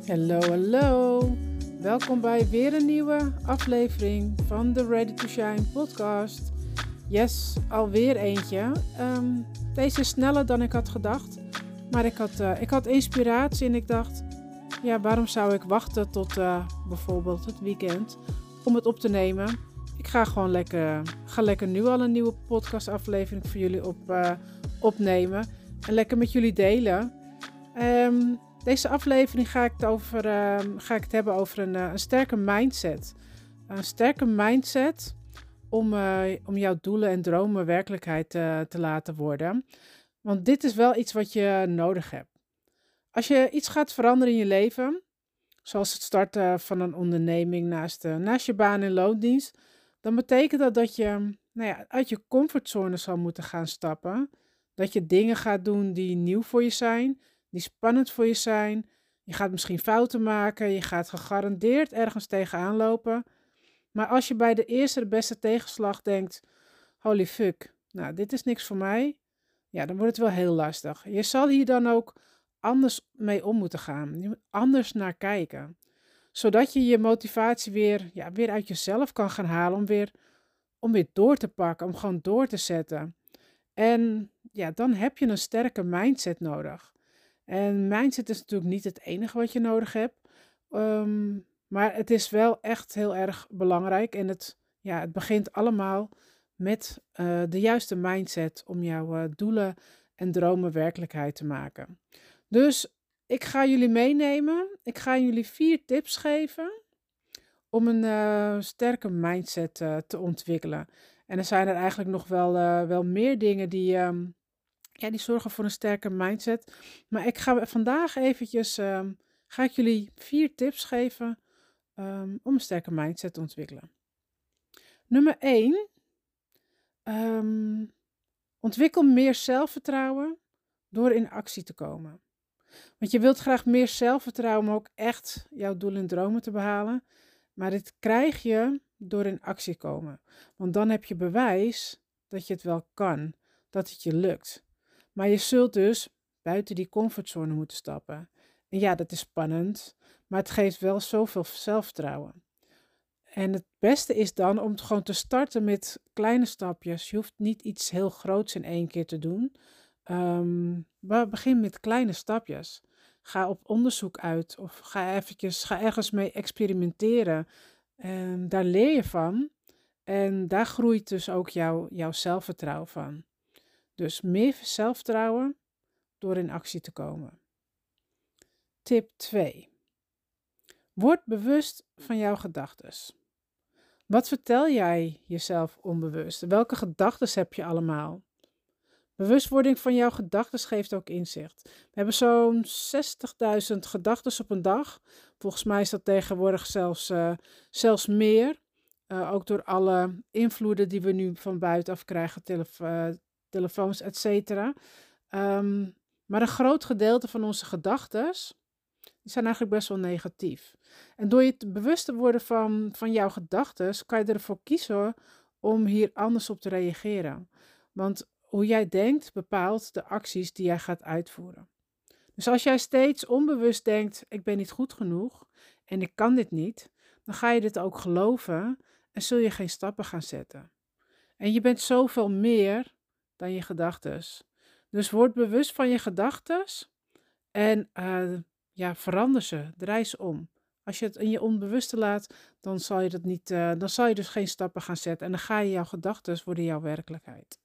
Hallo, hallo. Welkom bij weer een nieuwe aflevering van de Ready to Shine podcast. Yes, alweer eentje. Deze is sneller dan ik had gedacht. Maar ik had inspiratie en ik dacht, ja, waarom zou ik wachten tot bijvoorbeeld het weekend om het op te nemen? Ik ga gewoon lekker nu al een nieuwe podcastaflevering voor jullie opnemen en lekker met jullie delen. Deze aflevering ga ik het hebben over een sterke mindset. Een sterke mindset om jouw doelen en dromen werkelijkheid te laten worden. Want dit is wel iets wat je nodig hebt. Als je iets gaat veranderen in je leven, zoals het starten van een onderneming naast je baan in loondienst, dan betekent dat je uit je comfortzone zal moeten gaan stappen. Dat je dingen gaat doen die nieuw voor je zijn, die spannend voor je zijn. Je gaat misschien fouten maken, je gaat gegarandeerd ergens tegenaan lopen. Maar als je bij de eerste de beste tegenslag denkt, holy fuck, nou dit is niks voor mij, ja, dan wordt het wel heel lastig. Je zal hier dan ook anders mee om moeten gaan, je moet anders naar kijken. Zodat je je motivatie weer uit jezelf kan gaan halen om weer door te pakken, om gewoon door te zetten. En ja, dan heb je een sterke mindset nodig. En mindset is natuurlijk niet het enige wat je nodig hebt. Maar het is wel echt heel erg belangrijk. En het begint allemaal met de juiste mindset om jouw doelen en dromen werkelijkheid te maken. Dus ik ga jullie meenemen. Ik ga jullie 4 tips geven om een sterke mindset te ontwikkelen. En er zijn er eigenlijk nog wel meer dingen die zorgen voor een sterke mindset. Maar ik ga vandaag eventjes, ga ik jullie 4 tips geven om een sterke mindset te ontwikkelen. Nummer 1. Ontwikkel meer zelfvertrouwen door in actie te komen. Want je wilt graag meer zelfvertrouwen om ook echt jouw doelen en dromen te behalen. Maar dit krijg je door in actie te komen. Want dan heb je bewijs dat je het wel kan, dat het je lukt. Maar je zult dus buiten die comfortzone moeten stappen. En ja, dat is spannend, maar het geeft wel zoveel zelfvertrouwen. En het beste is dan om gewoon te starten met kleine stapjes. Je hoeft niet iets heel groots in één keer te doen. Maar begin met kleine stapjes. Ga op onderzoek uit of ga ergens mee experimenteren. Daar leer je van en daar groeit dus ook jouw zelfvertrouwen van. Dus meer zelfvertrouwen door in actie te komen. Tip 2. Word bewust van jouw gedachtes. Wat vertel jij jezelf onbewust? Welke gedachtes heb je allemaal? Bewustwording van jouw gedachtes geeft ook inzicht. We hebben zo'n 60.000 gedachtes op een dag. Volgens mij is dat tegenwoordig zelfs meer. Ook door alle invloeden die we nu van buitenaf krijgen, telefoons, etc. Maar een groot gedeelte van onze gedachtes die zijn eigenlijk best wel negatief. En door je te bewust te worden van jouw gedachtes, kan je ervoor kiezen om hier anders op te reageren. Want hoe jij denkt bepaalt de acties die jij gaat uitvoeren. Dus als jij steeds onbewust denkt, ik ben niet goed genoeg en ik kan dit niet, dan ga je dit ook geloven en zul je geen stappen gaan zetten. En je bent zoveel meer dan je gedachtes. Dus word bewust van je gedachtes en verander ze, draai ze om. Als je het in je onbewuste laat, dan zal je dus geen stappen gaan zetten en dan ga je jouw gedachtes worden jouw werkelijkheid.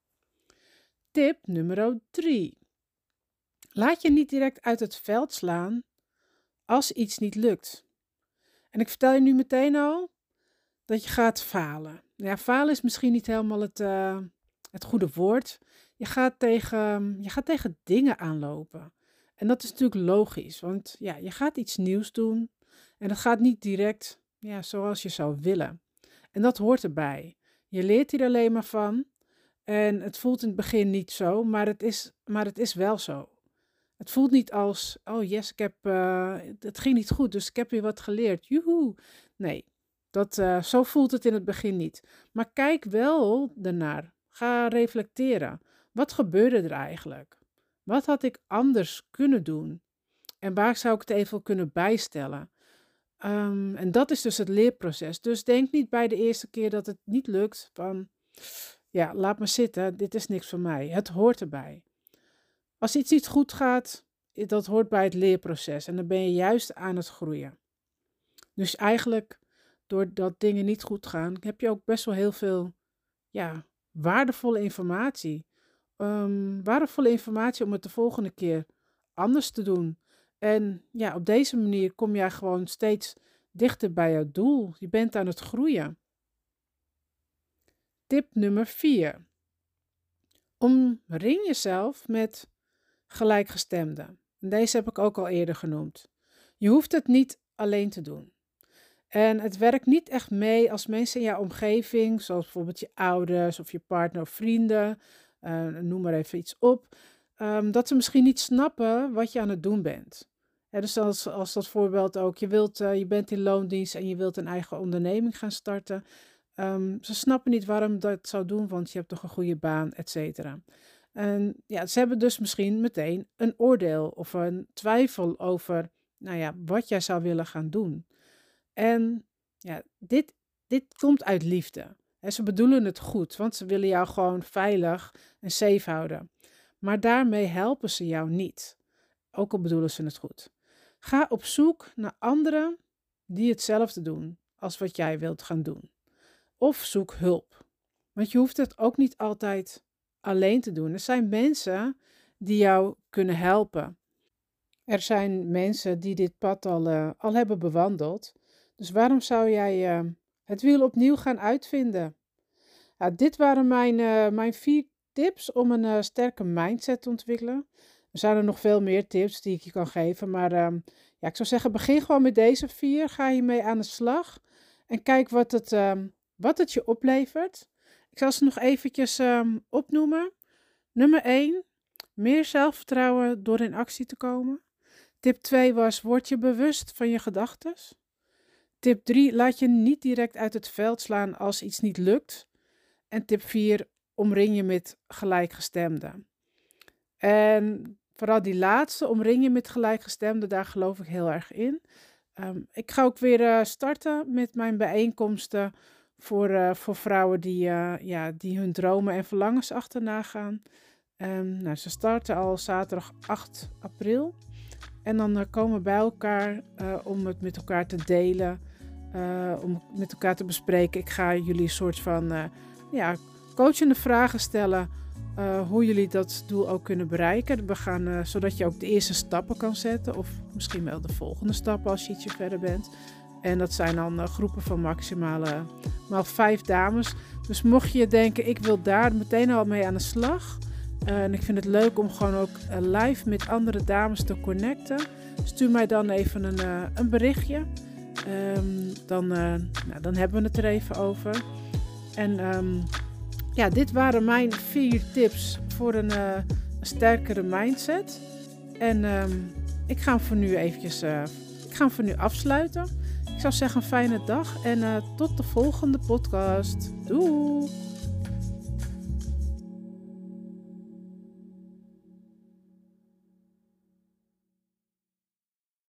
Tip nummer 3. Laat je niet direct uit het veld slaan als iets niet lukt. En ik vertel je nu meteen al dat je gaat falen. Ja, falen is misschien niet helemaal het goede woord. Je gaat tegen dingen aanlopen. En dat is natuurlijk logisch, want ja, je gaat iets nieuws doen en dat gaat niet direct zoals je zou willen. En dat hoort erbij. Je leert hier alleen maar van en het voelt in het begin niet zo, maar het is wel zo. Het voelt niet als, oh yes, het ging niet goed, dus ik heb weer wat geleerd. Joehoe. Nee, zo voelt het in het begin niet. Maar kijk wel ernaar. Ga reflecteren. Wat gebeurde er eigenlijk? Wat had ik anders kunnen doen? En waar zou ik het even kunnen bijstellen? En dat is dus het leerproces. Dus denk niet bij de eerste keer dat het niet lukt van, ja, laat maar zitten, dit is niks voor mij. Het hoort erbij. Als iets niet goed gaat, dat hoort bij het leerproces en dan ben je juist aan het groeien. Dus eigenlijk, doordat dingen niet goed gaan, heb je ook best wel heel veel, ja, waardevolle informatie. Waardevolle informatie om het de volgende keer anders te doen. En ja, op deze manier kom jij gewoon steeds dichter bij jouw doel. Je bent aan het groeien. Tip nummer 4. Omring jezelf met gelijkgestemden. En deze heb ik ook al eerder genoemd. Je hoeft het niet alleen te doen. En het werkt niet echt mee als mensen in jouw omgeving, zoals bijvoorbeeld je ouders of je partner of vrienden, noem maar even iets op, dat ze misschien niet snappen wat je aan het doen bent. Dus als dat voorbeeld ook, je bent in loondienst en je wilt een eigen onderneming gaan starten. Ze snappen niet waarom dat zou doen, want je hebt toch een goede baan, et cetera. En ja, ze hebben dus misschien meteen een oordeel of een twijfel over, nou ja, wat jij zou willen gaan doen. En ja, dit komt uit liefde. En ze bedoelen het goed, want ze willen jou gewoon veilig en safe houden. Maar daarmee helpen ze jou niet, ook al bedoelen ze het goed. Ga op zoek naar anderen die hetzelfde doen als wat jij wilt gaan doen. Of zoek hulp. Want je hoeft het ook niet altijd alleen te doen. Er zijn mensen die jou kunnen helpen. Er zijn mensen die dit pad al hebben bewandeld. Dus waarom zou jij het wiel opnieuw gaan uitvinden? Nou, dit waren mijn 4 tips om een sterke mindset te ontwikkelen. Er zijn er nog veel meer tips die ik je kan geven. Maar ja, ik zou zeggen, begin gewoon met deze 4. Ga hiermee aan de slag. En kijk wat het je oplevert. Ik zal ze nog eventjes opnoemen. Nummer 1. Meer zelfvertrouwen door in actie te komen. Tip 2 was, word je bewust van je gedachten. Tip 3, laat je niet direct uit het veld slaan als iets niet lukt. En tip 4, omring je met gelijkgestemden. En vooral die laatste, omring je met gelijkgestemden, daar geloof ik heel erg in. Ik ga ook weer starten met mijn bijeenkomsten voor vrouwen die hun dromen en verlangens achterna gaan. Nou, ze starten al zaterdag 8 april. En dan komen we bij elkaar om het met elkaar te delen, om het met elkaar te bespreken. Ik ga jullie een soort van coachende vragen stellen hoe jullie dat doel ook kunnen bereiken. We gaan, zodat je ook de eerste stappen kan zetten of misschien wel de volgende stappen als je ietsje verder bent. En dat zijn dan groepen van maximaal 5 dames. Dus mocht je denken, ik wil daar meteen al mee aan de slag. En ik vind het leuk om gewoon ook live met andere dames te connecten. Stuur mij dan even een berichtje. Dan hebben we het er even over. En dit waren mijn 4 tips voor een sterkere mindset. En ik ga hem voor nu afsluiten. Ik zou zeggen een fijne dag en tot de volgende podcast. Doei!